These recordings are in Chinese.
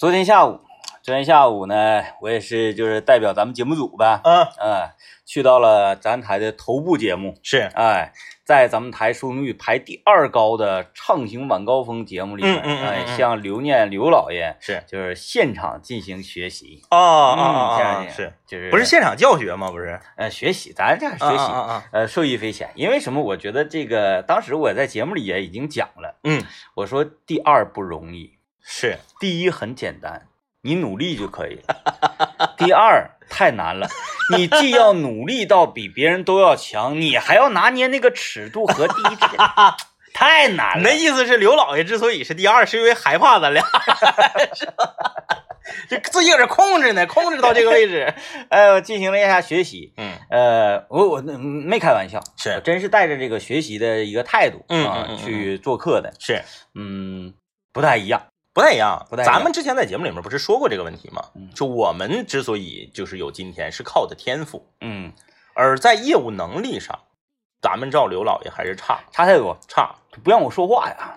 昨天下午呢，我也是就是代表咱们节目组呗，去到了咱台的头部节目， 是， 在咱们台收听率排第2高的畅行晚高峰节目里面，向刘念刘老爷就是现场进行学习是， 就是不是现场教学吗？不是， 学习，咱这学习，受益匪浅。因为什么？我觉得这个当时我在节目里也已经讲了，我说第2不容易， 是第1很简单。你努力就可以了，第2太难了，你既要努力到比别人都要强，你还要拿捏那个尺度和第1太难了。 你的意思是刘老爷之所以是第2，是因为害怕咱俩，是吧？就自己搁这控制呢，控制到这个位置。 我进行了一下学习，我没开玩笑， 是我真是带着这个学习的一个态度去做课的， 是， 不太一样。 咱们之前在节目里面不是说过这个问题吗？就我们之所以就是有今天，是靠的天赋，而在业务能力上，咱们照刘老爷还是差太多， 差， 不让我说话呀。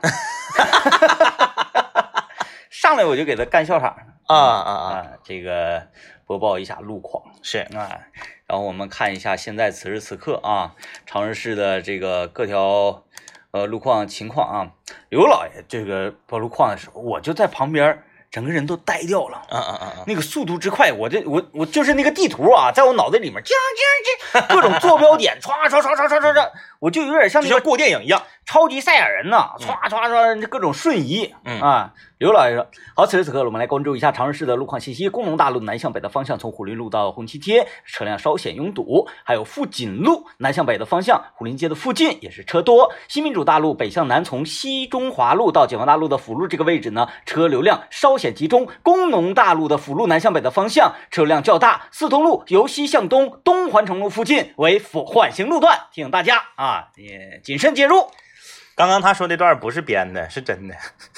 上来我就给他干笑场这个播报一下路况是然后我们看一下现在此时此刻长春市的这个各条路况情况刘老爷这个报路况的时候，我就在旁边，整个人都呆掉了。那个速度之快，我就是那个地图在我脑袋里面，这各种坐标点，唰，我就有点像那个过电影一样， 超级赛亚人呐，唰，各种瞬移刘老爷说，好，此时此刻我们来关注一下长春市的路况信息。工农大路南向北的方向，从虎林路到红旗街，车辆稍显拥堵；还有富锦路南向北的方向，虎林街的附近也是车多。新民主大路北向南，从西中华路到解放大路的辅路这个位置呢，车流量稍显集中。工农大路的辅路南向北的方向，车流量较大。四通路由西向东，东环城路附近为缓行路段，提醒大家也谨慎介入。 刚刚他说这段不是编的，是真的。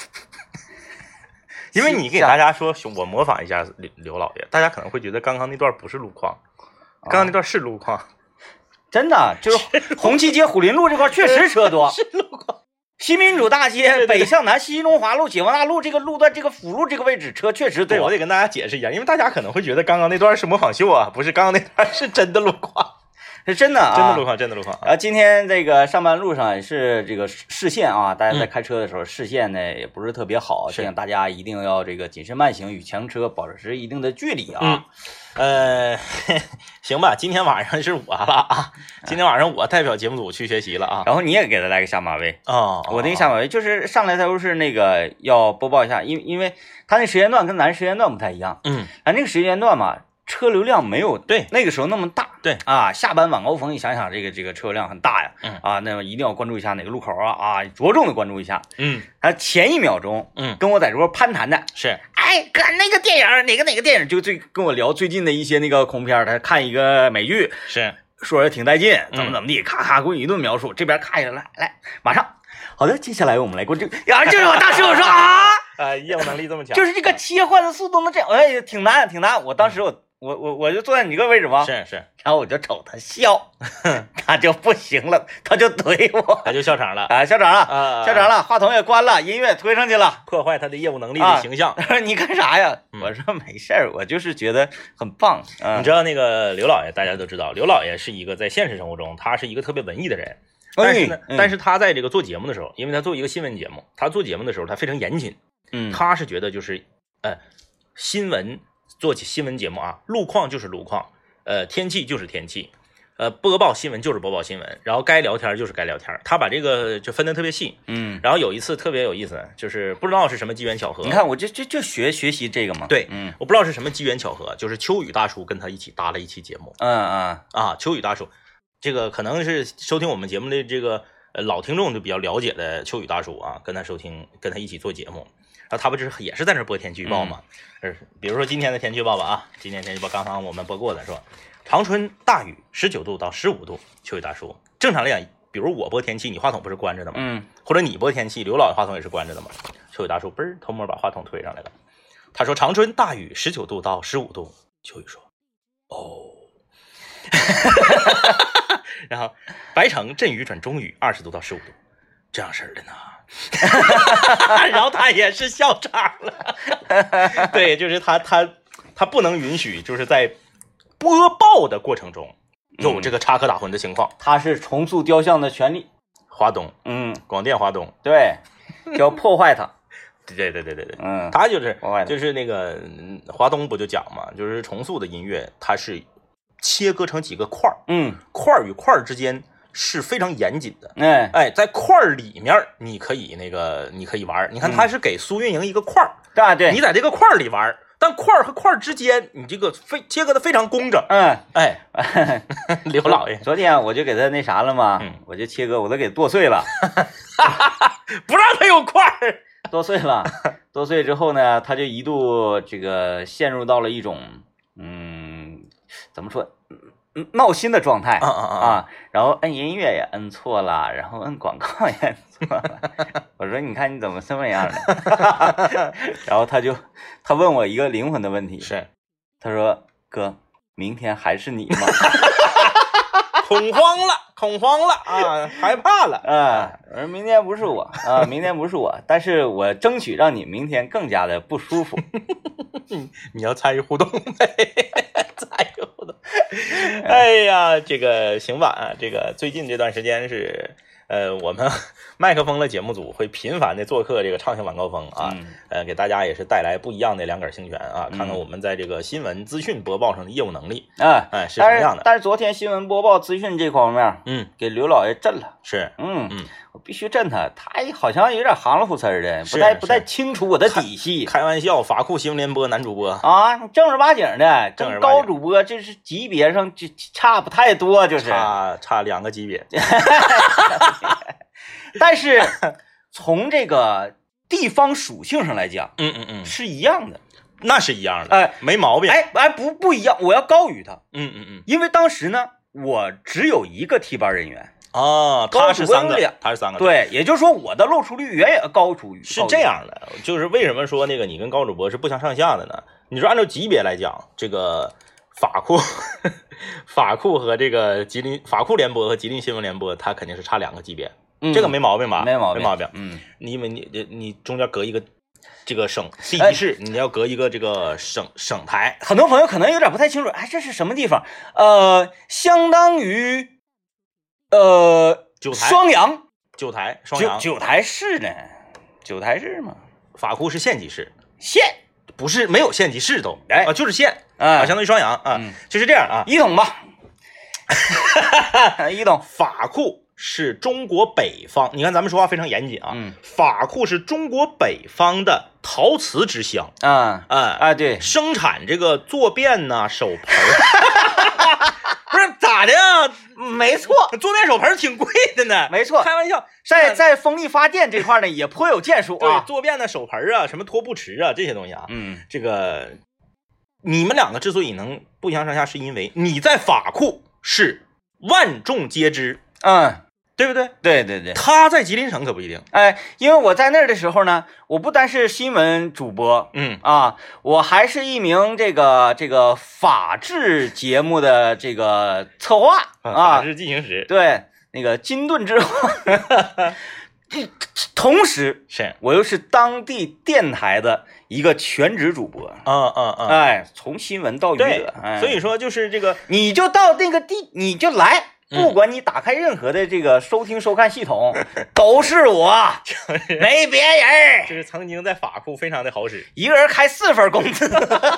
因为你给大家说，我模仿一下刘老爷，大家可能会觉得刚刚那段不是路况，刚刚那段是路况， 真的就是红旗街虎林路这块确实车多， 是路况。 新民主大街北向南，西中华路、解放大路这个路段，这个辅路这个位置车确实多。 对，我得跟大家解释一下，因为大家可能会觉得刚刚那段是模仿秀不是，刚刚那段是真的路况。 是真的真的路况。 今天这个上班路上也是这个视线大家在开车的时候，视线呢也不是特别好，提醒大家一定要这个谨慎慢行，与强车保持一定的距离行吧，今天晚上是我了今天晚上我代表节目组去学习了然后你也给他来个下马威我那个下马威就是上来他都是那个要播报一下，因为他那时间段跟咱时间段不太一样，那个时间段嘛。车流量没有那个时候那么大，下班晚高峰，你想想这个车流量很大呀，那么一定要关注一下哪个路口着重的关注一下，他前1秒钟，跟我在这块攀谈的是， 哥那个电影哪个电影，就跟我聊最近的一些那个恐怖片，他看一个美剧， 是说也挺带劲，怎么地，咔给我一顿描述，这边看一下来，马上，好的，接下来我们来关注，就是我当时我说业务能力这么强， 就是这个切换的速度能这样，挺难，我当时我就坐在你这个位置嘛， 是， 然后我就瞅他笑，他就不行了，他就怼我， 他就笑场了笑场了，话筒也关了，音乐推上去了， 破坏他的业务能力的形象。 你干啥呀？我说没事儿，我就是觉得很棒。 你知道那个刘老爷，大家都知道，刘老爷是一个在现实生活中他是一个特别文艺的人，但是他在这个做节目的时候，因为他做一个新闻节目，他做节目的时候他非常严谨，他是觉得就是新闻。做起新闻节目路况就是路况，天气就是天气，播报新闻就是播报新闻，然后该聊天就是该聊天，他把这个就分得特别细。然后有一次特别有意思，就是不知道是什么机缘巧合， 你看我就学习这个嘛。 对，我不知道是什么机缘巧合，就是秋雨大叔跟他一起搭了一期节目。秋雨大叔，这个可能是收听我们节目的这个老听众就比较了解的秋雨大叔跟他一起做节目。然后他不是也是在那播天气预报吗？比如说今天的天气预报吧今天天气预报刚刚我们播过的是吧？长春大雨，19度到15度。秋雨大叔，正常来讲，比如我播天气，你话筒不是关着的吗？或者你播天气，刘老爷话筒也是关着的吗？秋雨大叔嘣偷摸把话筒推上来了，他说长春大雨，19度到15度。秋雨说，然后白城阵雨转中雨，20度到15度。这样式的呢， 然后他也是校长了。对，就是他不能允许就是在播报的过程中有这个插科打诨的情况。 他是重塑雕像的权利。 华东，广电华东， 对，要破坏它。 对，他就是那个华东不就讲嘛，就是重塑的音乐，它是切割成几个块儿，块儿与块儿之间是非常严谨的，在块儿里面你可以玩，你看他是给苏运莹一个块儿， 对， 你在这个块儿里玩，但块儿和块儿之间你这个切割的非常工整，刘老爷， 昨天我就给他那啥了嘛，我就切割，我都给剁碎了， 不让他有块儿。 剁碎了，剁碎之后呢，他就一度这个陷入到了一种怎么说闹心的状态然后摁音乐也摁错了，然后摁广告也摁错了。我说你看你怎么这么样的？然后他问我一个灵魂的问题， 是他说哥，明天还是你吗？ 恐慌了啊，害怕了我说明天不是我明天不是我，但是我争取让你明天更加的不舒服。 你要参与互动呗，参与互动。哎呀，这个行吧，这个最近这段时间是我们麦克风的节目组会频繁的做客这个畅行晚高峰啊，给大家也是带来不一样的两杆清泉啊，看看我们在这个新闻资讯播报上的业务能力是什么样的。 但是昨天新闻播报资讯这方面，给刘老爷震了， 是， 我必须震他，他好像有点行了虎呲的，不太清楚我的底细。 开玩笑，法库新闻联播男主播啊，正儿八经的，跟高主播这是级别上就差不太多，就是差2个级别。 但是从这个地方属性上来讲，是一样的， 那是一样的，没毛病。 不一样，我要高于他，因为当时呢，我只有一个替班人员他是3个， 对，也就是说我的露出率远远高出于是这样的，就是为什么说那个你跟高主播是不相上下的呢？你说按照级别来讲，这个法库和这个法库联播和吉林新闻联播，它肯定是差2个级别。这个没毛病吧？ 没毛病。因为你中间隔一个这个省地级市，你要隔一个这个省台。 很多朋友可能有点不太清楚，这是什么地方？相当于双阳九台双阳九台市呢？九台市嘛， 法库是县级市，不是没有县级市都就是县相当于双阳就是这样一统吧，一统法库。是中国北方，你看咱们说话非常严谨法库是中国北方的陶瓷之乡对， 生产这个坐便呐、手盆不是咋的呀？ 没错， 坐便手盆挺贵的呢。 没错， 开玩笑， 在风力发电这块呢也颇有建树对，坐便的手盆什么拖布池这些东西这个你们两个之所以能不相上下，是因为你在法库是万众皆知对不对？ 对， 他在吉林省可不一定。 因为我在那儿的时候呢，我不单是新闻主播，我还是一名这个法制节目的这个策划法制进行时。 对，那个金盾之后，同时我又是当地电台的一个全职主播。从新闻到娱乐， 所以说就是这个， 你就到那个地，你就来。不管你打开任何的这个收听收看系统，都是我，没别人。 就是曾经在法库非常的好使， 一个人开4份工资，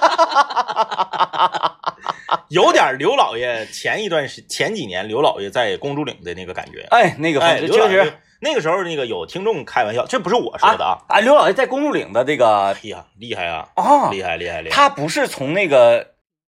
有点刘老爷前几年刘老爷在公主岭的那个感觉。 那个确实， 那个时候那个有听众开玩笑，这不是我说的刘老爷在公主岭的这个， 厉害啊！厉害！ 他不是从那个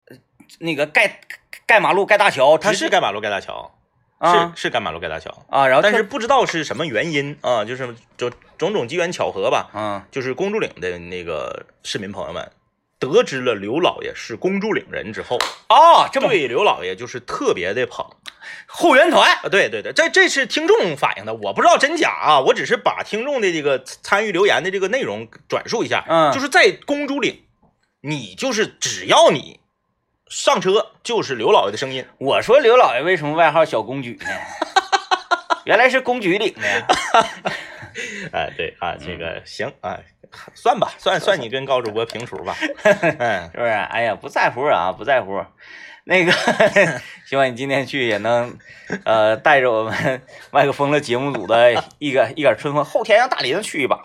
盖马路盖大桥， 他是盖马路盖大桥是盖马路盖大桥然后但是不知道是什么原因就是种种机缘巧合吧就是公主岭的那个市民朋友们得知了刘老爷是公主岭人之后对刘老爷就是特别的捧后援团对，这是听众反映的，我不知道真假我只是把听众的这个参与留言的这个内容转述一下就是在公主岭，你就是只要你上车就是刘老爷的声音。 我说刘老爷为什么外号小公举呢？原来是公举岭的。 对啊，这个行啊，算吧，算你跟高主播平处吧， 是不是？哎呀，不在乎啊，不在乎。那个，希望你今天去也能，带着我们麦克风的节目组的一杆春风，后天让大林去一把，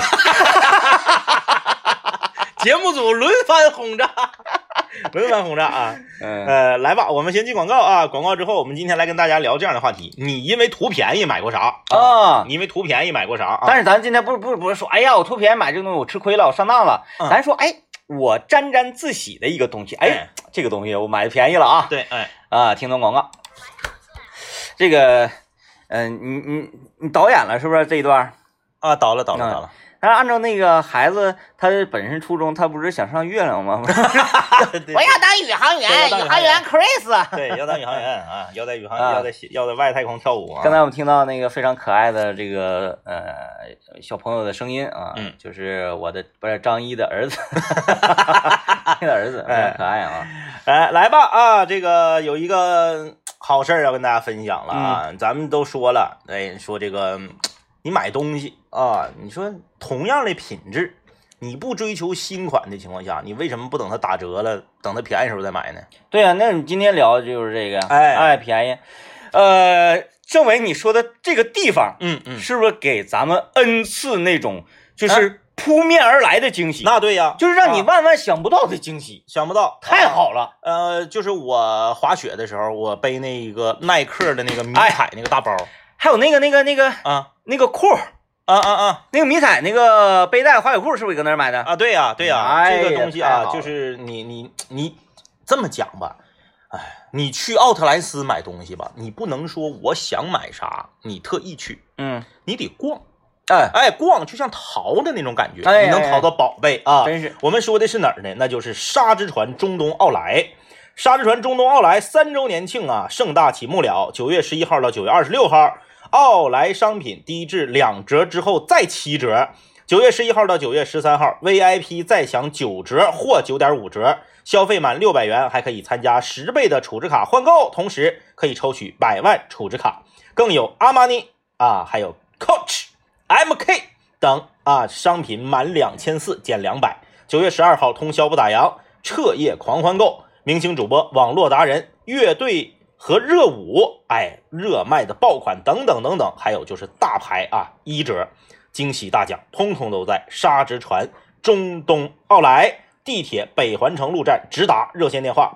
节目组轮番轰炸。轮番轰炸啊！来吧，我们先进广告啊！广告之后，我们今天来跟大家聊这样的话题：你因为图便宜买过啥啊？你因为图便宜买过啥啊？ 但是咱今天不是说，哎呀，我图便宜买这个东西我吃亏了，我上当了。咱说，哎，我沾沾自喜的一个东西，哎，这个东西我买的便宜了啊！ 对， 听懂广告。这个，你导演了是不是这一段？ 啊，导了。 但是按照那个孩子他本身初衷，他不是想上月亮吗？我要当宇航员Chris。 对，要当宇航员啊，要在宇航要在外太空跳舞啊。 刚才我们听到那个非常可爱的这个小朋友的声音啊，就是不是张一的儿子，你的儿子，非常可爱啊。 来吧啊，这个有一个好事儿要跟大家分享了啊，咱们都说了，说这个。你买东西啊，你说同样的品质，你不追求新款的情况下，你为什么不等它打折了，等它便宜时候再买呢？ 对啊，那你今天聊的就是这个，便宜。政委你说的这个地方，是不是给咱们 N 次那种就是扑面而来的惊喜？ 那对呀， 就是让你万万想不到的惊喜， 想不到， 太好了。 就是我滑雪的时候，我背那个耐克的那个迷彩那个大包。 还有那个啊，那个裤那个迷彩那个背带滑雪裤是不是搁那儿买的啊？对呀，这个东西啊，就是你这么讲吧，你去奥特莱斯买东西吧，你不能说我想买啥，你特意去，你得逛，逛就像淘的那种感觉，你能淘到宝贝啊！ 真是。 我们说的是哪儿呢？那就是沙之船中东奥莱。沙之船中东奥莱3周年庆啊，盛大启幕了，9月11号到9月26号。奥莱商品低至2折之后再7折，9月11号到9月13号 VIP 再享9折或 9.5 折，消费满600元还可以参加10倍的储值卡换购，同时可以抽取100万储值卡，更有阿玛尼啊，还有 Coach、MK 等啊商品满2400减200。9月12号通宵不打烊，彻夜狂欢购，明星主播、网络达人、乐队和热舞，热卖的爆款等等等等，还有就是大牌啊1折，惊喜大奖通通都在沙之船中东奥莱，地铁北环城路站直达，热线电话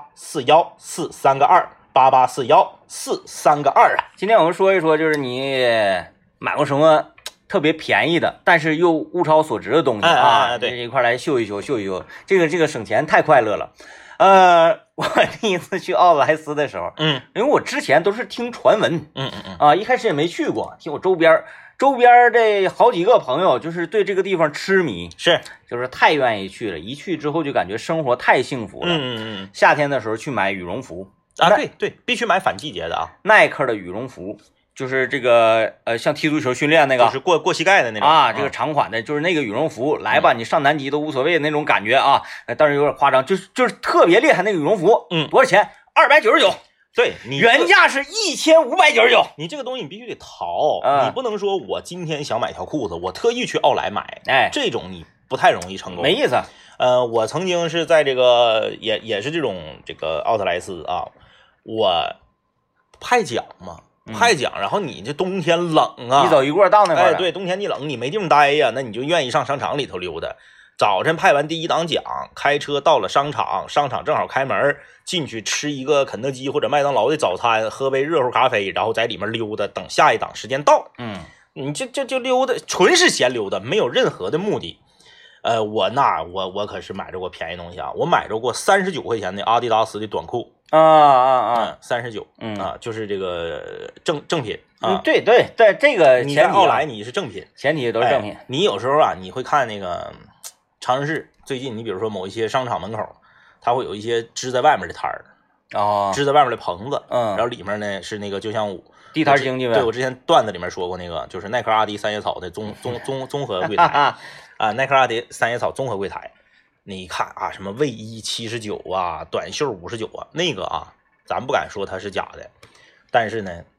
884143个2，884143个2啊。 今天我们说一说，就是你买过什么特别便宜的，但是又物超所值的东西啊？ 对， 一块来秀一秀，这个省钱太快乐了。我第一次去奥特莱斯的时候，因为我之前都是听传闻，一开始也没去过，听我周边这好几个朋友就是对这个地方痴迷，就是太愿意去了，一去之后就感觉生活太幸福了。夏天的时候去买羽绒服啊，对，必须买反季节的啊， 耐克的羽绒服。就是这个像踢足球训练那个， 就是过膝盖的那种啊，这个长款的，就是那个羽绒服，来吧，你上南极都无所谓的那种感觉啊，但是有点夸张，就是特别厉害那个羽绒服，多少钱？299， 对， 原价是1599。 你这个东西你必须得淘，你不能说我今天想买条裤子，我特意去奥莱买，这种你不太容易成功， 没意思。 我曾经是在这个也是这种这个奥特莱斯啊，我派奖嘛。然后你这冬天冷啊， 一走一过到那块， 对，冬天你冷，你没地方待呀，那你就愿意上商场里头溜达。早晨派完第一档奖，开车到了商场正好开门，进去吃一个肯德基或者麦当劳的早餐，喝杯热乎咖啡，然后在里面溜达，等下一档时间到。你就溜达，纯是闲溜达，没有任何的目的。我可是买着过便宜东西啊，我买着过39块钱的阿迪达斯的短裤。39，就是这个正品啊， 对，这个你在奥莱你是正品， 前提都是正品。 你有时候啊，你会看那个长春市最近，你比如说某一些商场门口，它会有一些支在外面的摊儿，支在外面的棚子，然后里面呢是那个就像地摊经济呗。 对，我之前段子里面说过那个，就是耐克、阿迪、三叶草的综合柜台啊，耐克、阿迪、三叶草综合柜台。你看啊，什么卫衣79啊，短袖59啊，那个啊，咱不敢说它是假的，但是呢，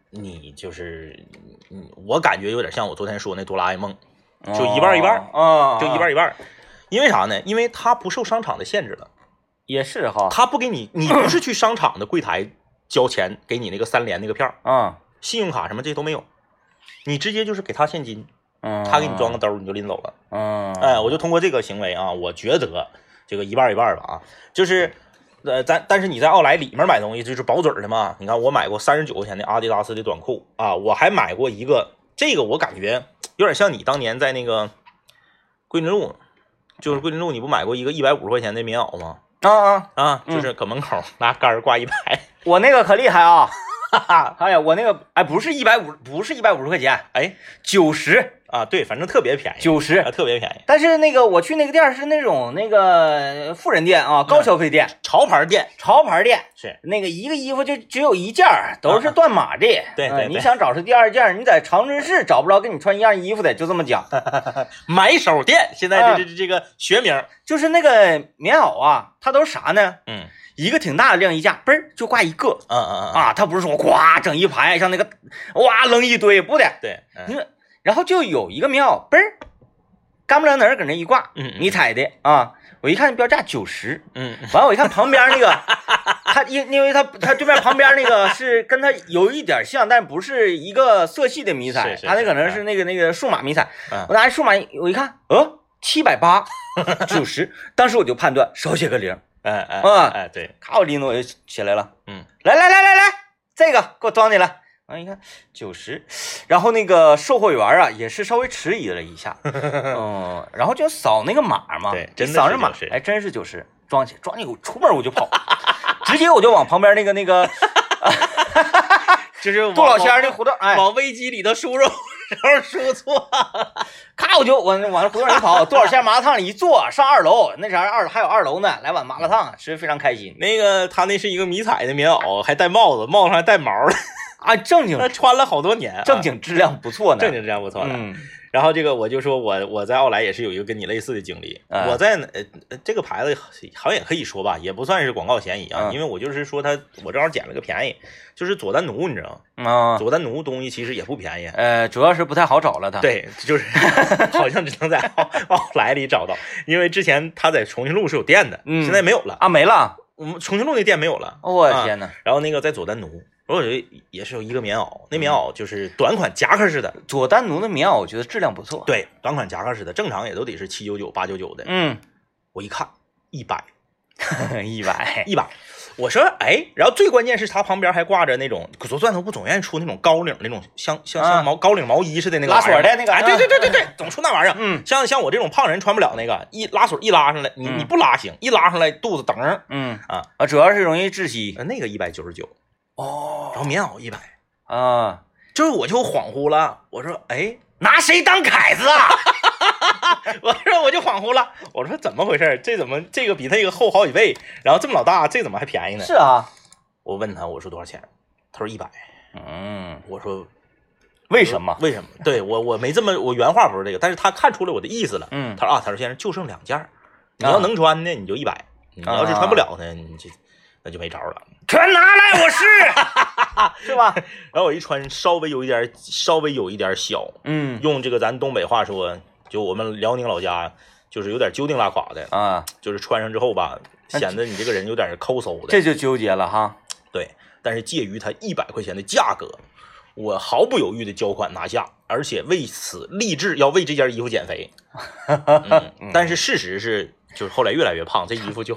你就是我感觉有点像我昨天说那哆啦 A 梦，就一半一半啊， 就一半一半。因为啥呢？因为它不受商场的限制了。 也是哈， 他不给你，你不是去商场的柜台交钱给你那个3联那个票信用卡什么这些都没有，你直接就是给他现金，他给你装个兜你就拎走了。哎，我就通过这个行为啊，我觉得这个一半一半吧啊，就是但是你在奥莱里面买东西就是薄嘴的嘛。你看我买过39块钱的阿迪达斯的短裤啊，我还买过一个，这个我感觉有点像你当年在那个桂林路，就是桂林路你不买过一个150块钱的棉袄吗？就是搁门口拿杆挂100， 我那个可厉害啊！哎呀，我那个不是150块钱，90 啊，对，反正特别便宜 ，90 特别便宜。 但是那个我去那个店是那种那个富人店啊，高消费店， 潮牌店是那个一个衣服就只有一件，都是断码的。 对， 你想找出第二件，你在长春市找不着跟你穿一样衣服的，就这么讲。 买手店现在这个学名就是那个棉袄啊，它都是啥呢？一个挺大的晾衣架，嘣儿就挂一个。它不是说咵整一排，像那个哇扔一堆，不的。 对， 然后就有一个棉袄，嘣儿干不楞能搁那一挂，迷彩的啊。我一看标价90，完了我一看旁边那个，它因为它对面旁边那个是跟它有一点像，但不是一个色系的迷彩，它那可能是那个数码迷彩。我拿数码，我一看，780 90，当时我就判断少写个0。 对， 咔我拎着我就起来了，来，这个给我装进来。完一看90，然后那个售货员啊也是稍微迟疑了一下，然后就扫那个码嘛， 对，真的扫着码，真是90，装起我出门我就跑，直接我就往旁边那个， 就是杜老仙那胡同， 往危机里头输入，然后输错， 咔我就往那胡同里跑，杜老仙麻辣烫里一坐，上2楼，那啥还有2楼呢，来碗麻辣烫，吃非常开心。 那个他那是一个迷彩的棉袄，还戴帽子，帽子上还带毛的。 正经穿了好多年， 正经质量不错呢， 正经质量不错呢。然后这个我就说我在奥莱也是有一个跟你类似的经历，我在这个牌子好像也可以说吧，也不算是广告嫌疑啊，因为我就是说我正好捡了个便宜，就是佐丹奴，你知道吗？佐丹奴东西其实也不便宜， 主要是不太好找了， 对，就是好像只能在奥莱里找到，因为之前他在重庆路是有店的，现在没有了啊，没了， 我们重庆路那店没有了， 我的天哪！ 然后那个在佐丹奴。我觉得也是有一个棉袄，那棉袄就是短款夹克式的。 佐丹奴的棉袄我觉得质量不错。 对，短款夹克式的，正常也都得是799、899的。我一看100，我说然后最关键是它旁边还挂着那种佐丹奴不总愿意出那种高领那种像高领毛衣似的那个拉锁的那个， 对，总出那玩意儿。像我这种胖人穿不了那个，一拉锁一拉上来，你不拉行，一拉上来肚子等。 主要是容易窒息。 那个199。然后棉袄100 就是我就恍惚了，我说拿谁当凯子啊？ 我就恍惚了，我说怎么回事？这个比那个厚好几倍，然后这么老大，这怎么还便宜呢？ 是啊， 我问他，我说多少钱？他说100。我说为什么？ 对，我没这么，我原话不是这个，但是他看出来我的意思了。他说先生就剩2件，你要能穿的你就100，你要是穿不了呢，那就没招了。 全拿来我试，是吧？ 然后我一穿，稍微有一点小，用这个咱东北话说，就我们辽宁老家，就是有点揪腚拉垮的啊， 就是穿上之后吧，显得你这个人有点抠搜的， 这就纠结了哈。 对，但是介于它100块钱的价格，我毫不犹豫的交款拿下，而且为此立志要为这件衣服减肥。但是事实是。就是后来越来越胖，这衣服就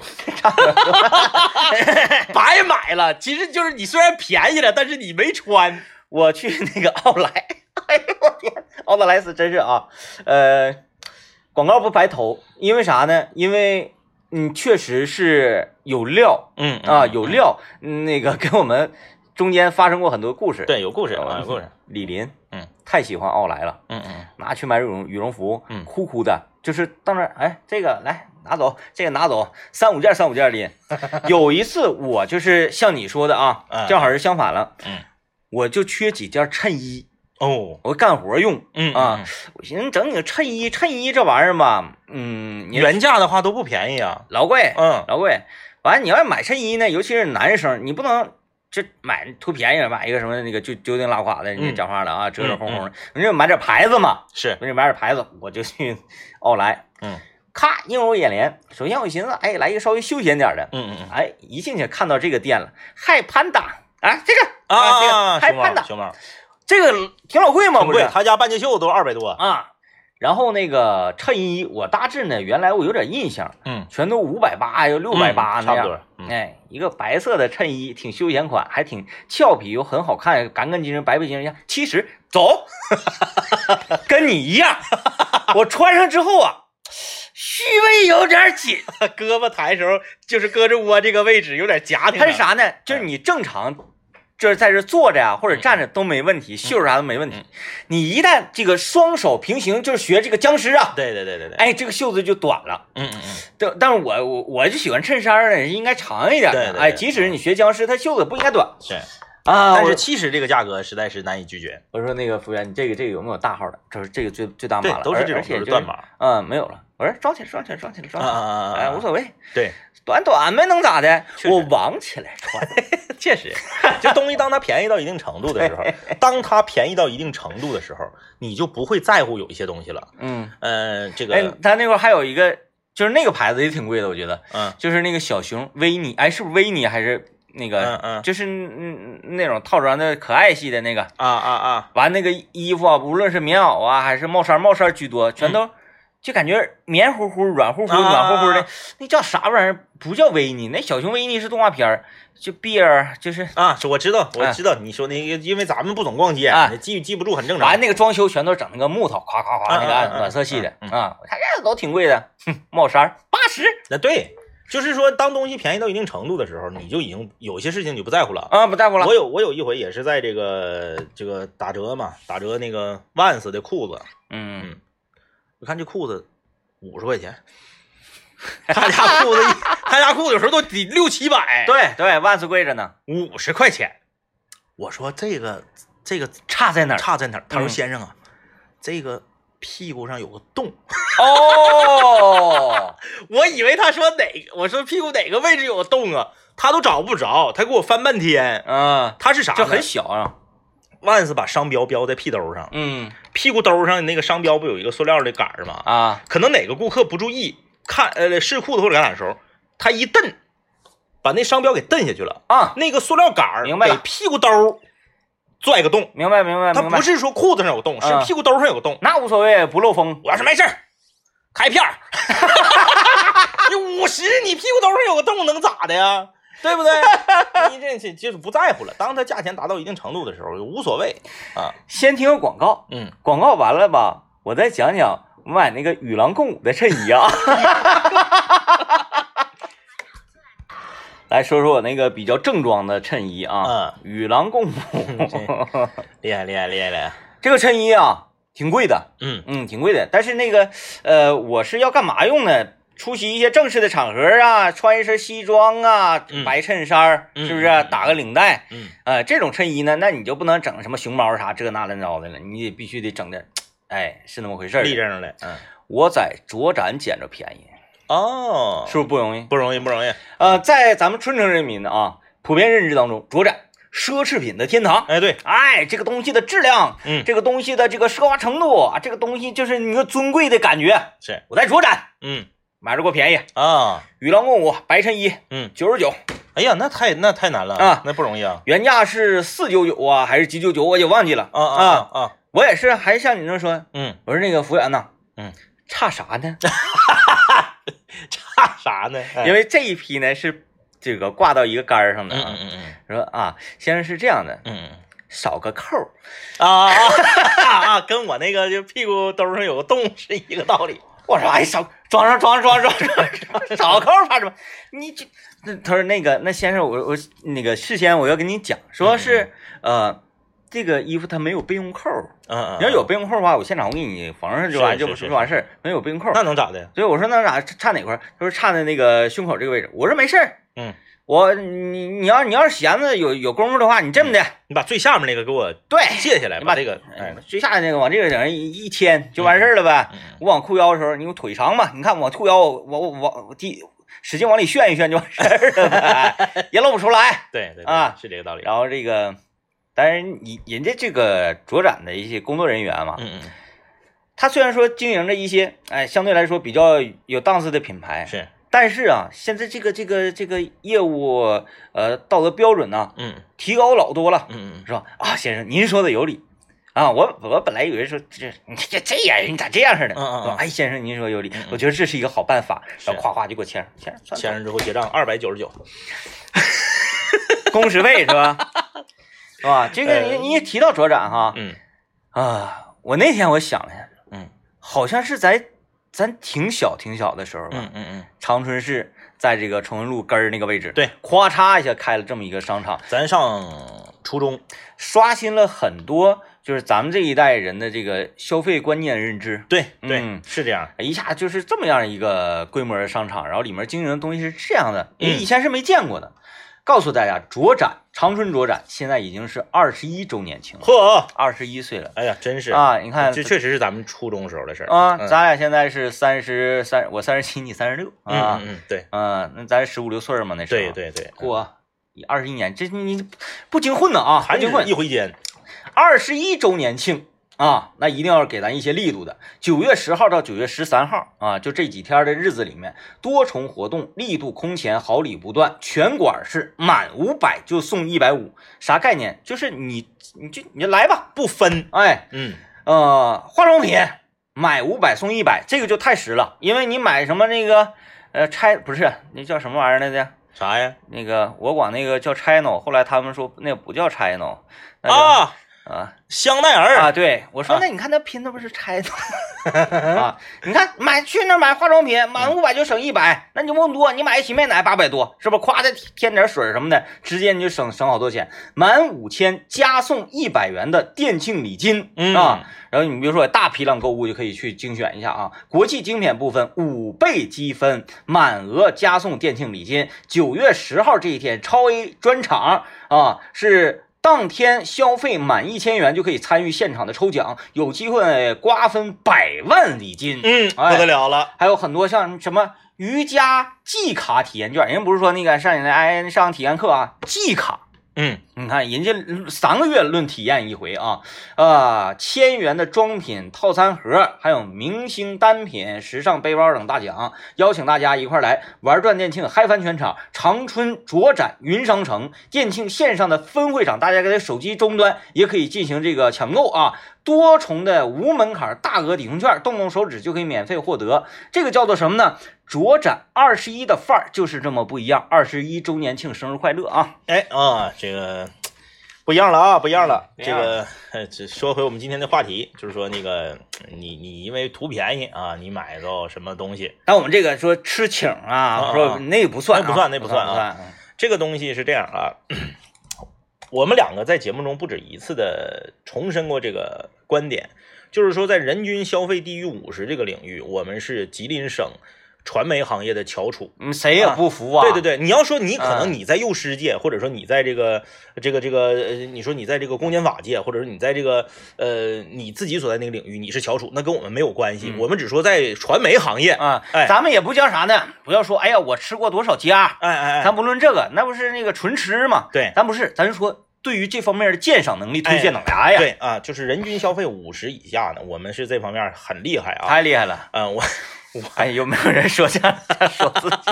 白买了。其实就是你虽然便宜了，但是你没穿。 我去那个奥莱，哎呦我天，奥特莱斯真是啊，广告不白投，因为啥呢？因为确实是有料，有料，那个跟我们中间发生过很多故事， 对，有故事啊，有故事。 李林，太喜欢奥莱了，拿去买羽绒服，哭哭的，就是到那这个来。拿走这个，拿走3、5件拎。有一次我就是像你说的啊，正好是相反了。我就缺几件衬衣我干活用。我寻思整你个衬衣这玩意儿吧， 原价的话都不便宜啊， 老贵，老贵。完了你要买衬衣呢，尤其是男生，你不能这图便宜买一个什么那个就丢钉拉垮的，人家讲话了啊，折折红红的，人家买点牌子嘛， 是， 人家买点牌子，我就去奥莱，咔映入眼帘。首先我寻思，哎，来一个稍微休闲点的，哎，一进去看到这个店了，嗨潘达啊，这个这个嗨潘达， 熊猫， 这个挺老贵嘛，不是？ 他家半截袖都200多啊。然后那个衬衣，我大致呢，原来我有点印象，全都580有680那样， 差不多。 哎，一个白色的衬衣，挺休闲款，还挺俏皮，又很好看，干干净净，白白净净。其实走，跟你一样，我穿上之后啊，虚位有点紧， 胳膊抬的时候就是胳肢窝这个位置有点夹。 它是啥呢？就是你正常。就是在这坐着呀，或者站着都没问题，袖啥都没问题。你一旦这个双手平行，就是学这个僵尸啊， 对， 哎，这个袖子就短了。但是我就喜欢衬衫呢，应该长一点。 对， 哎，即使你学僵尸，它袖子不应该短。 是啊，但是70这个价格实在是难以拒绝。 我说那个服务员，你这个有没有大号的？就是这个最大码了， 都是这种， 而且断码。 没有了。我说装起来，哎，无所谓。 对。 短呗，能咋的？我往起来穿， 确实，这东西当它便宜到一定程度的时候，你就不会在乎有一些东西了。这个， 他那块还有一个，就是那个牌子也挺贵的，我觉得，就是那个小熊维尼，哎，是不是维尼还是那个？就是那种套装的可爱系的那个完那个衣服啊，无论是棉袄啊还是帽衫居多，全都。就感觉棉乎乎、软乎乎、暖乎乎的，那叫啥玩意儿？不叫维尼，那小熊维尼是动画片儿，就 bear 就是我知道你说那个，因为咱们不总逛街记不住很正常。 完那个装修全都整那个木头，夸那个暖色系的我看这都挺贵的，帽衫80。 那对，就是说当东西便宜到一定程度的时候，你就已经有些事情你不在乎了不在乎了。 我有一回也是在这个打折那个 Vans 的裤子，我看这裤子50块钱，他家裤子有时候都得600-700。 对，万斯贵着呢 ，50块钱。我说这个差在哪儿？ 他说先生啊，这个屁股上有个洞。我以为他说我说屁股哪个位置有个洞啊？他都找不着，他给我翻半天。他是啥？ 就很小啊。 万斯把商标标在屁兜上，屁股兜上那个商标不有一个塑料的杆吗？可能哪个顾客不注意看，试裤子或者橄榄时候，他一蹬，把那商标给蹬下去了那个塑料杆给屁股兜拽个洞， 明白。 他不是说裤子上有洞，是屁股兜上有洞， 那无所谓，不漏风。 我要是没事开片儿，你50，你屁股兜上有个洞能咋的呀？对不对？你这就是不在乎了。当它价钱达到一定程度的时候，就无所谓啊。 先听个广告，广告完了吧，我再讲讲我买那个与狼共舞的衬衣啊。来说说我那个比较正装的衬衣啊，与狼共舞， 厉害了。 这个衬衣啊，挺贵的，挺贵的。但是那个我是要干嘛用呢？出席一些正式的场合啊，穿一身西装啊，白衬衫，是不是打个领带？这种衬衣呢，那你就不能整什么熊猫啥这那乱糟的了，你必须得整的，是那么回事。 立正的， 我在卓展捡着便宜是不是不容易？ 不容易。 在咱们春城人民的普遍认知当中，卓展奢侈品的天堂。 对， 这个东西的质量，这个东西的这个奢华程度，这个东西就是你个尊贵的感觉。 是我在卓展，买着过便宜与狼共舞白衬衣，99。 哎呀，那太难了那不容易啊。 原价是499还是几99，我也忘记了我也是，还像你这说，我说那个服务员呢，差啥呢？ 差啥呢？ 因为这一批呢是这个挂到一个杆上的说先生是这样的，少个扣跟我那个就屁股兜上有个洞是一个道理。 我说少装上，少扣怕什么？你这，他说那个那先生，我那个事先我要跟你讲，说是这个衣服它没有备用扣，你要有备用扣的话，我现场我给你缝上就完就完事儿。没有备用扣， 那能咋的？ 所以我说那咋差哪块？他说差在那个胸口这个位置。我说没事儿，你要是闲着有功夫的话，你这么的， 你把最下面那个给我卸下来，把这个最下面那个往这个整一牵就完事儿了呗。我往裤腰的时候，你有腿长嘛？你看我裤腰我使劲往里炫一炫就完事儿了，也露不出来。 对对啊， 是这个道理。 然后这个，当然人家这个卓展的一些工作人员嘛，他虽然说经营着一些相对来说比较有档次的品牌， 是， 但是啊，现在这个业务道德标准呢，提高老多了，是吧？啊，先生您说的有理。啊，我本来以为说你这样人咋这样似的？哎，先生您说有理，我觉得这是一个好办法。然后夸就给我签上之后结账299， 工时费是吧？是吧？这个你提到卓展哈，我那天我想了一下，好像是咱挺小的时候吧，长春市在这个崇文路根儿那个位置， 对， 咵嚓一下开了这么一个商场， 咱上初中， 刷新了很多。就是咱们这一代人的这个消费观念认知， 对，是这样， 一下就是这么样一个规模的商场，然后里面经营的东西是这样的，以前是没见过的。告诉大家，卓展长春卓展现在已经是21周年庆了，21岁了， 哎呀，真是啊！你看， 这确实是咱们初中时候的事儿啊。咱俩现在是33，我37，你36啊。 对， 那咱15、16岁嘛，那时候。 对， 过21年，这你不经混呢啊，不经混一回间。 21周年庆啊，那一定要给咱一些力度的。9月10号到9月13号啊，就这几天的日子里面，多重活动，力度空前，好礼不断。全馆是满500就送150，啥概念？就是你就来吧， 不分。 化妆品买500送100，这个就太实了，因为你买什么那个不是那叫什么玩意儿来着？ 啥呀？ 那个我管那个叫 Chino， 后来他们说那个不叫 Chino 香奈儿啊，对我说那你看他拼的不是拆的啊？你看去那买化妆品满500就省100，那你就不多，你买一洗面奶800多，是不？夸再添点水什么的，直接你就省好多钱。满5000加送100元的店庆礼金啊！然后你比如说大批量购物就可以去精选一下啊。国际精品部分5倍积分，满额加送店庆礼金。9月10号这一天超 A 专场啊是。当天消费满1000元就可以参与现场的抽奖，有机会瓜分100万礼金。 不得了了。 还有很多像什么瑜伽季卡体验券，人家不是说那个上体验课啊，季卡。你看人家3个月论体验一回啊，1000元的装品套餐盒，还有明星单品、时尚背包等大奖，邀请大家一块来玩转店庆，嗨翻全场。长春卓展云商城店庆线上的分会场，大家在手机终端也可以进行这个抢购啊，多重的无门槛大额抵用券，动手指就可以免费获得。这个叫做什么呢？卓展21的范儿就是这么不一样。21周年庆，生日快乐啊！ 这个不一样了啊，不一样了。这个说回我们今天的话题，就是说那个你因为图便宜啊，你买到什么东西？ 但我们这个说吃请啊，说那不算， 那不算啊。这个东西是这样啊，我们两个在节目中不止一次的重申过这个观点，就是说在人均消费低于50这个领域，我们是吉林省传媒行业的翘楚， 谁也不服啊！ 对，你要说你可能你在幼师界，或者说你在这个你说你在这个公检法界，或者说你在这个你自己所在那个领域你是翘楚，那跟我们没有关系。我们只说在传媒行业啊，咱们也不叫啥呢，不要说哎呀我吃过多少家，咱不论这个，那不是那个纯吃嘛？ 对， 咱不是，咱说对于这方面的鉴赏能力、推荐能力呀。 对啊，就是人均消费50以下呢，我们是这方面很厉害啊， 太厉害了。有没有人说这样说自己？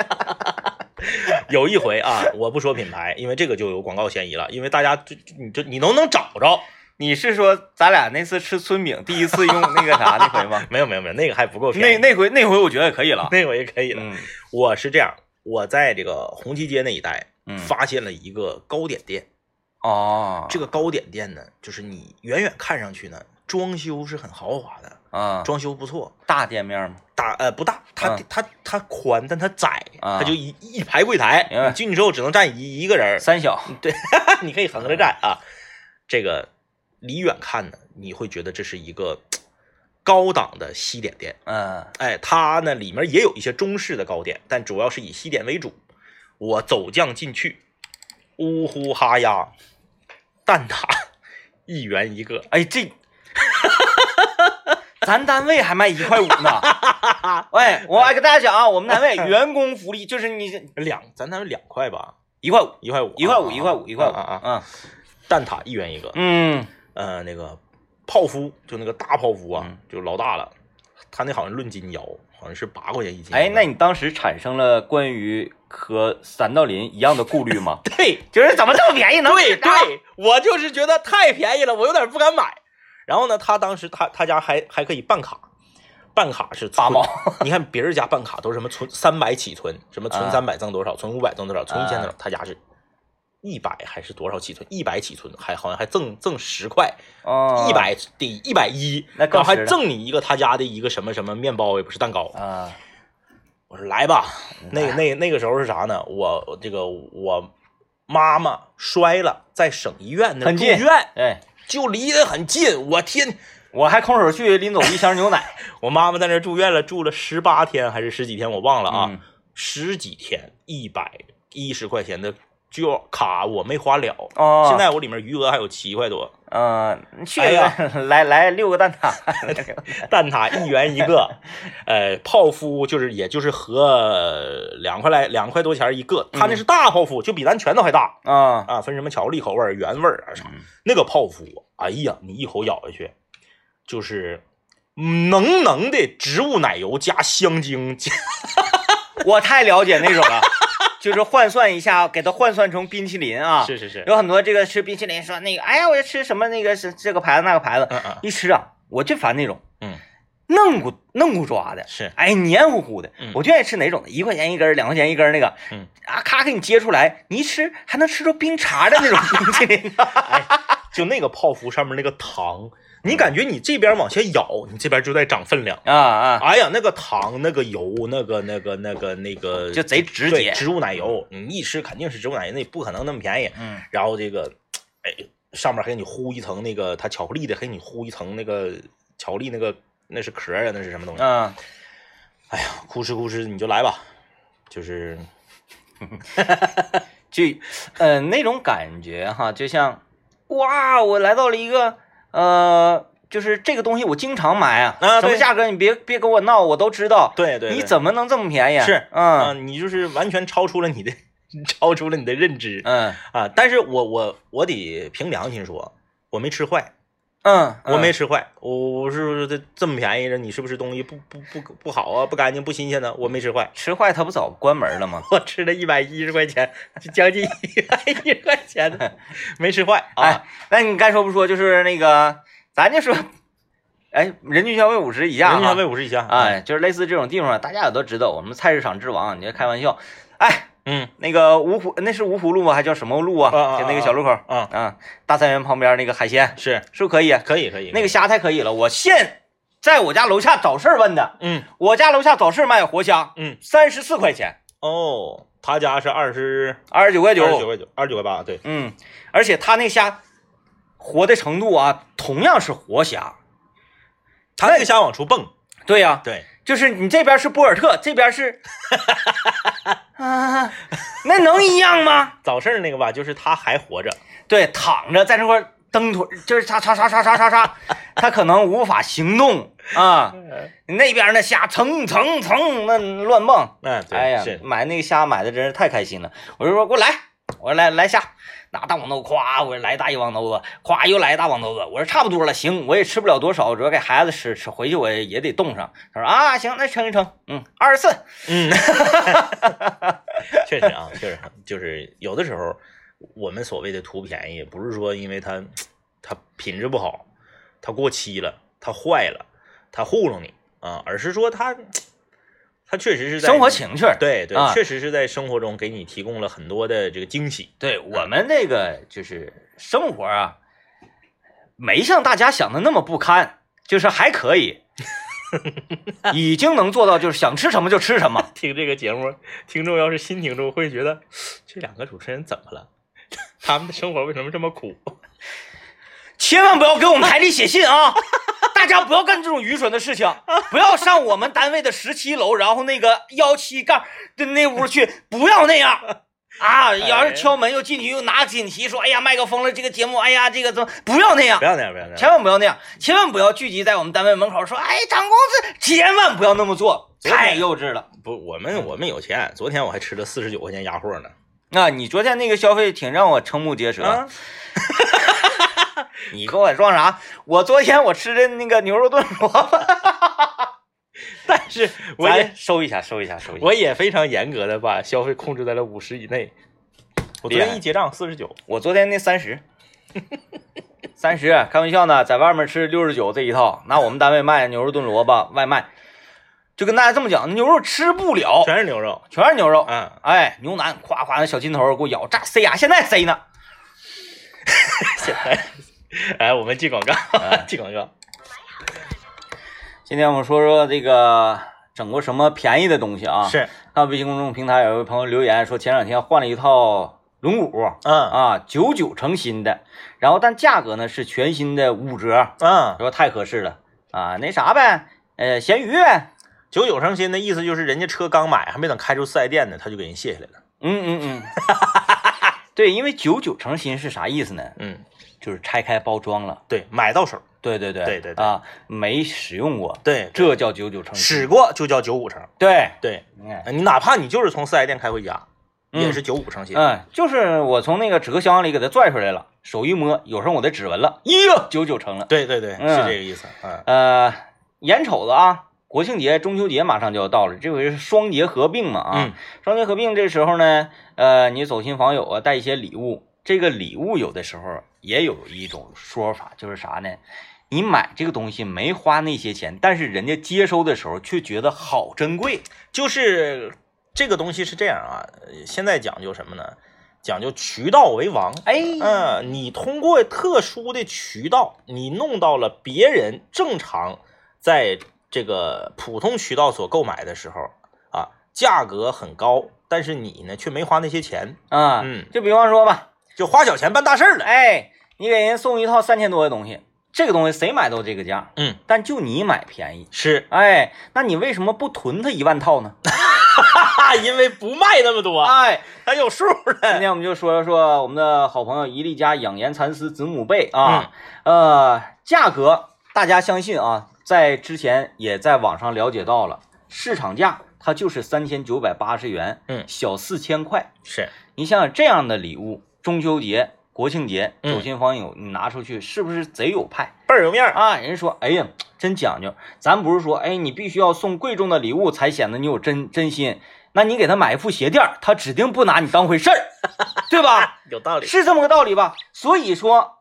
有一回啊，我不说品牌，因为这个就有广告嫌疑了。因为大家你能找着？ 你是说咱俩那次吃春饼第一次用那个啥那回吗？ 没有，那个还不够便宜。 那回我觉得也可以了， 那回也可以了。我是这样，我在这个红旗街那一带发现了一个糕点店。这个糕点店呢，就是你远远看上去呢，装修是很豪华的。装修不错。 大店面吗？ 不大，它宽，但它窄，它就一排柜台，你进去之后只能站一个人， 三小， 对，你可以横着站啊。这个离远看呢，你会觉得这是一个高档的西点店，它呢里面也有一些中式的糕点，但主要是以西点为主。我走将进去，呜呼哈呀，蛋挞1元一个， 咱单位还卖1块5呢。喂，我还跟大家讲啊，我们单位员工福利就是咱单位2块吧 ，1块5， 1块5， 1块5， 1块5， 1块5 啊。蛋挞1元一个。那个泡芙就那个大泡芙啊，就老大了，他那好像论斤要，好像是8块钱1斤。 哎，那你当时产生了关于和三道鳞一样的顾虑吗？ 对， 就是怎么这么便宜呢？ 对，我就是觉得太便宜了，我有点不敢买。然后呢，他当时他家还可以办卡。办卡是 8毛， 你看别人家办卡都是什么存300起存，什么存300赠多少，存500赠多少，存1000多少，他家是100还是多少起存？100起存，好像还赠10块，100抵110，然后还赠你一个他家的一个什么什么面包，也不是蛋糕啊。 我说来吧，那个时候是啥呢？我妈妈摔了，在省医院那住院， 哎， 就离得很近， 我还空手去拎走1箱牛奶。 我妈妈在那住院了，住了18天还是10几天，我忘了啊，10几天，110块钱的卡我没花了。现在我里面余额还有7块多。 去来6个蛋挞， 蛋挞1元一个，泡芙也就是合2块多钱一个，他那是大泡芙，就比咱拳头还大啊，分什么巧克力口味、原味啊啥。那个泡芙，哎呀，你一口咬下去。就是浓的植物奶油加香精， 我太了解那种了，就是换算一下，给它换算成冰淇淋啊。 是， 有很多这个吃冰淇淋说那个，哎呀，我要吃什么那个是这个牌子那个牌子，一吃啊，我就烦那种，嫩骨抓的， 是， 哎，黏糊糊的，我就爱吃哪种的，1块钱一根，2块钱一根那个，咔给你接出来，你一吃还能吃出冰碴的那种冰淇淋， 哎，就那个泡芙上面那个糖。你感觉你这边往下咬，你这边就在长分量啊！ 哎呀，那个糖、那个油、那个， 就贼直接。 植物奶油，你一吃肯定是植物奶油，那不可能那么便宜。然后这个，哎，上面还给你糊一层那个它巧克力的，给你糊一层那个巧克力那是壳啊，那是什么东西？哎呀，哭哧你就来吧，就是那种感觉哈，就像哇，我来到了一个。就是这个东西我经常买啊，什么价格你别跟我闹，我都知道。 对， 你怎么能这么便宜？ 是，你就是完全超出了你的认知。但是我得凭良心说，我没吃坏。我没吃坏，我是这么便宜的，你是不是东西不好啊？不干净不新鲜的？我没吃坏， 吃坏它不早关门了吗？ 我吃了110块钱，就将近110块钱的，没吃坏啊。 哎，那你该说不说，就是那个，咱就说，哎，人均消费50以下， 人均消费50以下， 哎，就是类似这种地方，大家也都知道，我们菜市场之王，你别开玩笑，哎。那个那是芜湖路吗？还叫什么路啊？就那个小路口大三元旁边那个海鲜是不是可以？ 可以， 那个虾太可以了。我现在我家楼下早市问的，我家楼下早市卖活虾，34块钱。 哦，他家是29 块9， 29块8，对， 而且他那虾活的程度啊，同样是活虾， 他那个虾往出蹦。 对呀， 对。 就是你这边是波尔特，这边是那能一样吗？ 早市那个吧，就是他还活着， 对，躺着在那块蹬腿，就是叉，他可能无法行动啊。那边那虾蹭那乱蹦，哎呀，买那个虾买的真是太开心了。我就说给我来，我说来虾。拿大网兜，咵，我来大一网兜子，咵又来大网兜子，我说差不多了，行，我也吃不了多少，主要给孩子吃，回去我也得冻上。他说啊，行，那称一称，24， 确实啊，确实就是有的时候我们所谓的图便宜，不是说因为它品质不好，它过期了，它坏了，它糊弄你啊，而是说它确实是在生活情趣， 对，确实是在生活中给你提供了很多的这个惊喜。 对我们这个就是生活啊，没像大家想的那么不堪，就是还可以，已经能做到就是想吃什么就吃什么。 听这个节目，听众要是新听众会觉得这两个主持人怎么了？他们的生活为什么这么苦？ 千万不要给我们台里写信啊！大家不要干这种愚蠢的事情，不要上我们单位的17楼，然后那个17杠的那屋去，不要那样。 啊，要是敲门又进去又拿锦旗说，哎呀，麦克风了，这个节目，哎呀，这个怎么不要那样， 不要那样，不要那样， 千万不要那样，千万不要聚集在我们单位门口说，哎，涨工资，千万不要那么做，太幼稚了。 不，我们有钱，昨天我还吃了49块钱鸭货呢。 啊，你昨天那个消费挺让我瞠目结舌。啊你跟我装啥？我昨天我吃的那个牛肉炖萝卜。 但是我也收一下。 我也非常严格的把消费控制在了50以内。我昨天一结账49， 我昨天那30，开玩笑呢，在外面吃69这一套，拿我们单位卖牛肉炖萝卜外卖，就跟大家这么讲，牛肉吃不了， 全是牛肉。 嗯，哎，牛腩夸夸的小金头给我咬炸塞呀，现在塞呢。 现在，哎，我们记广告，记广告。 今天我们说说这个整过什么便宜的东西啊？ 是， 看微信公众平台有位朋友留言说，前2天换了一套轮毂，99成新的，然后但价格呢是全新的5折，说太合适了啊，那啥呗，咸鱼呗。 99成新的意思就是人家车刚买，还没等开出4S店呢，他就给人卸下来了。 对，因为99成新是啥意思呢？就是拆开包装了， 对，买到手。 对啊，没使用过， 对， 这叫99成新， 使过就叫95成。 对， 你哪怕你就是从4S店开回家，也是95成新。 就是我从那个纸壳箱里给它拽出来了，手一摸，有上我的指纹了，99成了。 对，是这个意思。 眼瞅着啊，国庆节、中秋节马上就要到了，这回是双节合并嘛啊，双节合并这时候呢，你走亲访友啊，带一些礼物，这个礼物有的时候也有一种说法，就是啥呢？你买这个东西没花那些钱，但是人家接收的时候却觉得好珍贵。 就是这个东西是这样啊，现在讲究什么呢？讲究渠道为王。你通过特殊的渠道，你弄到了别人正常在这个普通渠道所购买的时候啊，价格很高，但是你呢却没花那些钱啊。就比方说吧， 就花小钱办大事了。 你给人送一套3000多的东西。这个东西谁买都这个价，但就你买便宜是， 那你为什么不囤它1万套呢？ 因为不卖那么多，还有数的。 今天我们就说说我们的好朋友伊利家养颜蚕丝子母被啊，价格大家相信啊，在之前也在网上了解到了，市场价它就是3980元，小4000块。 是， 你想想这样的礼物，中秋节。国庆节走亲访友，你拿出去是不是贼有派， 倍儿有面啊？人说，哎呀，真讲究。咱不是说，你必须要送贵重的礼物才显得你有真心。那你给他买一副鞋垫，他指定不拿你当回事儿，对吧？ 有道理， 是这么个道理吧？所以说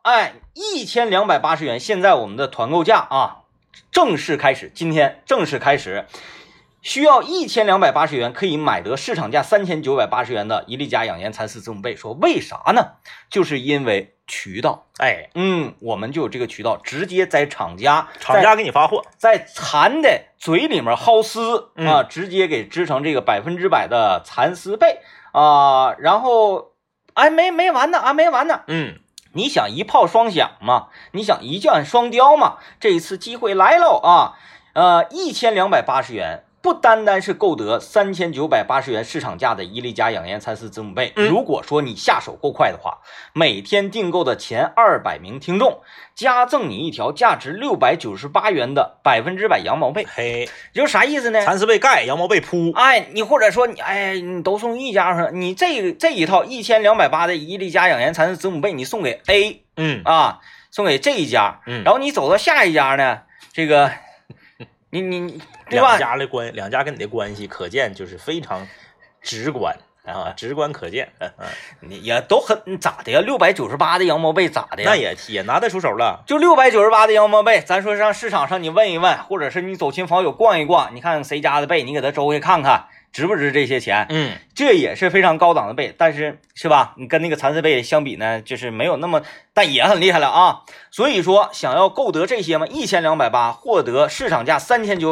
，1280元，现在我们的团购价啊，正式开始，今天正式开始。需要1280元可以买得市场价3980元的伊利家养颜蚕丝子母被，说为啥呢？就是因为渠道，我们就有这个渠道，直接在厂家给你发货， 在蚕的嘴里面薅丝啊，直接给织成这个100%的蚕丝被啊，然后没完呢，你想一炮双响嘛，你想一箭双雕嘛，这一次机会来喽啊，1280元。不单单是购得3980元市场价的伊利家养颜蚕丝子母被，如果说你下手够快的话，每天订购的前200名听众加赠你一条价值698元的100%羊毛被。就是啥意思呢？ 蚕丝被盖，羊毛被铺。 你或者说你都送一家上，你这一套1280的伊利家养颜蚕丝子母被，你送给 A，送给这一家，然后你走到下一家呢，这个你对吧？ 两家跟你的关系可见就是非常直观啊，直观可见。 你也都很咋的呀？698的羊毛被咋的呀？ 那也拿得出手了。 就698的羊毛被，咱说上市场上你问一问，或者是你走亲访友逛一逛，你看谁家的被，你给他周回看看，值不值这些钱？这也是非常高档的被，但是是吧？你跟那个蚕丝被相比呢，就是没有那么，但也很厉害了啊。所以说，想要购得这些嘛，1280获得市场价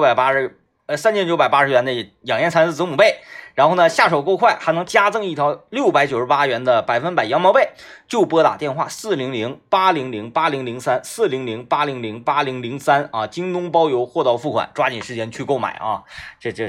3980元的养颜蚕丝子母被，然后呢下手够快，还能加赠一条698元的100%羊毛被，就拨打电话400-800-8003 400-800-8003啊，京东包邮，货到付款，抓紧时间去购买啊！这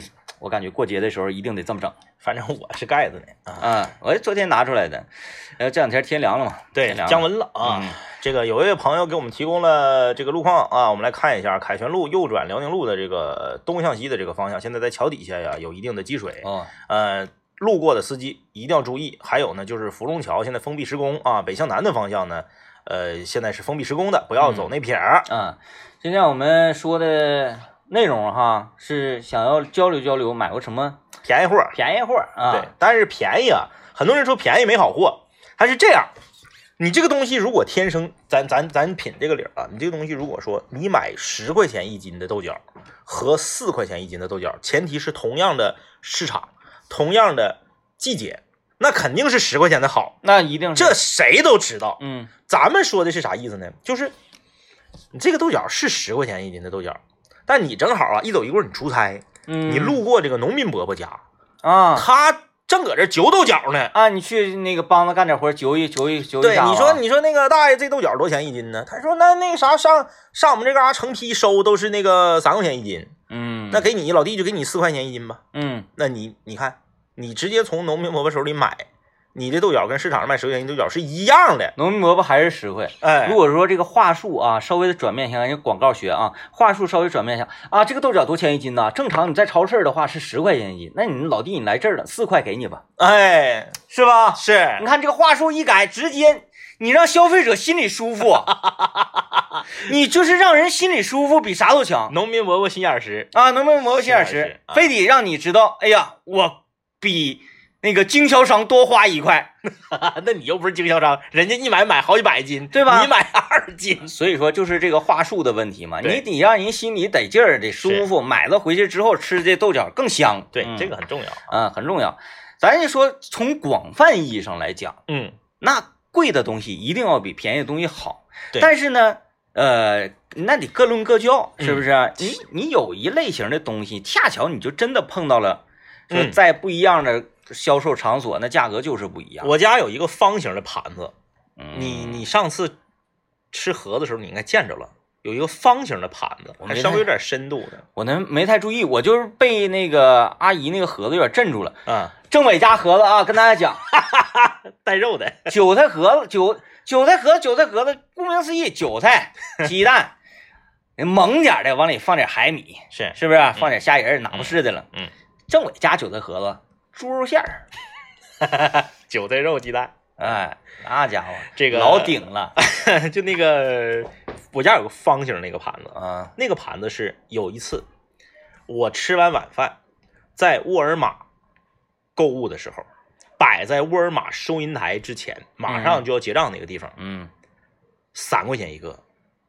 我感觉过节的时候一定得这么整。 反正我是盖子呢我昨天拿出来的。这两天天凉了嘛， 对，降温了啊。这个有一位朋友给我们提供了这个路况啊，我们来看一下凯旋路右转辽宁路的这个东向西的这个方向，现在在桥底下呀有一定的积水路过的司机一定要注意。还有呢，就是芙蓉桥现在封闭施工啊，北向南的方向呢，现在是封闭施工的，不要走那撇儿。 今天我们说的内容哈，是想要交流交流，买过什么便宜货啊？对，但是便宜啊，很多人说便宜没好货，它是这样。你这个东西如果天生，咱品这个理啊，你这个东西如果说你买10块钱一斤的豆角和4块钱一斤的豆角，前提是同样的市场，同样的季节，那肯定是10块钱的好， 那一定是， 这谁都知道。咱们说的是啥意思呢？就是你这个豆角是10块钱一斤的豆角，但你正好啊一走一过你出差，你路过这个农民伯伯家啊， 他正搁这揪豆角呢啊，你去那个帮他干点活，揪一对，你说那个大爷这豆角多钱一斤呢？他说那个啥上我们这嘎成批收都是那个3块钱一斤，那给你老弟就给你4块钱一斤吧，那你看你直接从农民伯伯手里买，你的豆角跟市场上卖10块钱一豆角是一样的， 农民伯伯还是10块。如果说这个话术啊稍微的转变一下，人广告学啊，话术稍微转变一下啊，这个豆角多钱一斤呢？正常你在超市的话是10块钱一斤，那你老弟你来这儿了，4块给你吧，是吧？ 是， 你看这个话术一改，直接你让消费者心里舒服，你就是让人心里舒服，比啥都强。 农民伯伯心眼实啊，农民伯伯心眼实，非得让你知道，哎呀，我比那个经销商多花1块， 那你又不是经销商，人家一买好几百斤， 对吧？ 你买2斤， 所以说就是这个话术的问题嘛，你得让人心里得劲儿，得舒服，买了回去之后吃这豆角更香。 对，这个很重要很重要。咱就说从广泛意义上来讲，那贵的东西一定要比便宜的东西好，但是呢，那得各论各较，是不是？你有一类型的东西，恰巧你就真的碰到了。说在不一样的销售场所，那价格就是不一样。 我家有一个方形的盘子，你上次吃盒子的时候你应该见着了，有一个方形的盘子，还稍微有点深度的。 我没太注意，我就是被那个阿姨那个盒子有点镇住了。政委家盒子啊，跟大家讲， 带肉的韭菜盒子，韭菜盒子，顾名思义，韭菜、鸡蛋，猛点的往里放点海米，是不是？放点虾仁，哪不是的了？政委家韭菜盒子，猪肉馅儿， 韭菜肉鸡蛋， 那家伙这个老顶了。 就那个我家有个方形那个盘子那个盘子是有一次我吃完晚饭在沃尔玛购物的时候，摆在沃尔玛收银台之前，马上就要结账那个地方，3块钱一个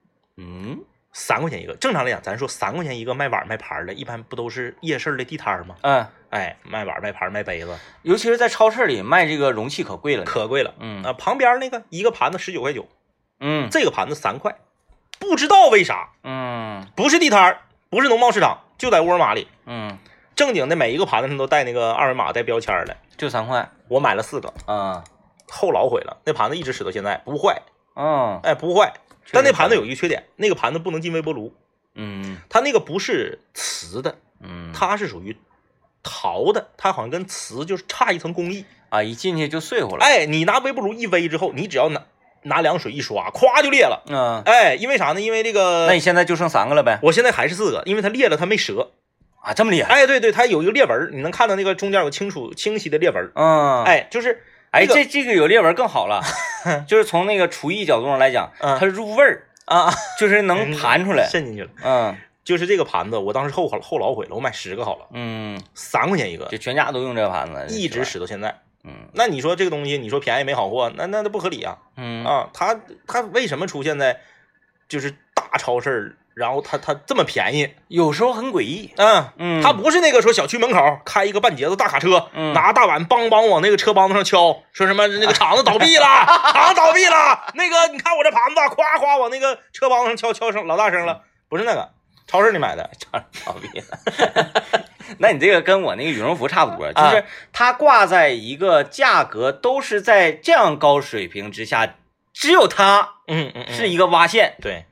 ，3块钱一个。正常来讲，咱说3块钱一个卖碗卖盘的，一般不都是夜市的地摊吗？卖碗卖盘卖杯子， 尤其是在超市里卖这个容器可贵了， 旁边那个一个盘子19块9，这个盘子3块，不知道为啥，不是地摊，不是农贸市场，就在沃尔玛里，正经的每一个盘子上都带那个二维码带标签的， 就3块， 我买了4个，后老悔了，那盘子一直使到现在不坏，不坏。但那盘子有一个缺点，那个盘子不能进微波炉，它那个不是瓷的，它是属于陶的，它好像跟瓷就是差一层工艺啊，一进去就碎乎了。 你拿微波炉一煨之后，你只要拿凉水一刷，咵就裂了。因为啥呢？因为这个， 那你现在就剩3个了呗？ 我现在还是4个，因为它裂了，它没折啊，这么厉害？ 对，它有一个裂纹，你能看到那个中间有清晰的裂纹。就是。 这个有裂纹更好了，就是从那个厨艺角度上来讲，它入味儿就是能盘出来， 渗进去了。就是这个盘子，我当时后老悔了，我买10个好了，3块钱一个， 就全家都用这个盘子， 一直使到现在。那你说这个东西，你说便宜没好货，那不合理啊。它为什么出现在就是大超市？然后它这么便宜， 有时候很诡异。 它不是那个说小区门口开一个半截子大卡车，拿大碗梆往那个车帮子上敲，说什么那个厂子倒闭了，厂子倒闭了，那个你看我这盘子，夸夸往那个车帮子上敲声老大声了，不是那个，超市里买的， 倒闭了。那你这个跟我那个羽绒服差不多，就是它挂在一个价格都是在这样高水平之下，只有它是一个洼线。 对。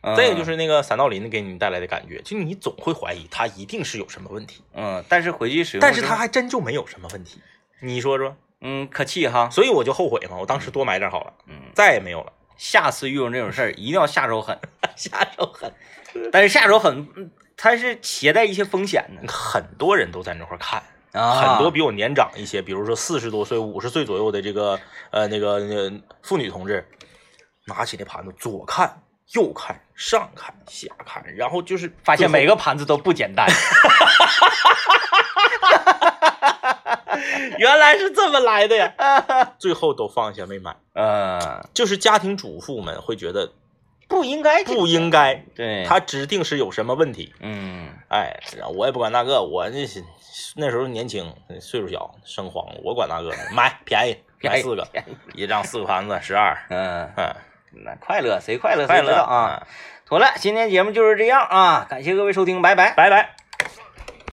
再有就是那个三道鳞给你带来的感觉，就你总会怀疑它一定是有什么问题。 但是回去使用， 但是它还真就没有什么问题。你说说， 可气哈。 所以我就后悔嘛，我当时多买点好了，再也没有了。 下次遇到这种事儿一定要下手狠， 下手狠。 但是下手狠，它是携带一些风险的。 很多人都在那块看。很多比我年长一些，比如说40多岁、50岁左右的这个那个妇女同志，拿起那盘子左看右看上看下看，然后就是发现每个盘子都不简单。 原来是这么来的呀！最后都放下没买。就是家庭主妇们会觉得不应该， 对， 他指定是有什么问题。哎，我也不管那个，我那时候年轻，岁数小，生慌，我管那个，买便宜，买4个，一张4个盘子12。 那快乐谁快乐谁知道啊。妥了，今天节目就是这样啊，感谢各位收听，拜拜， 拜拜。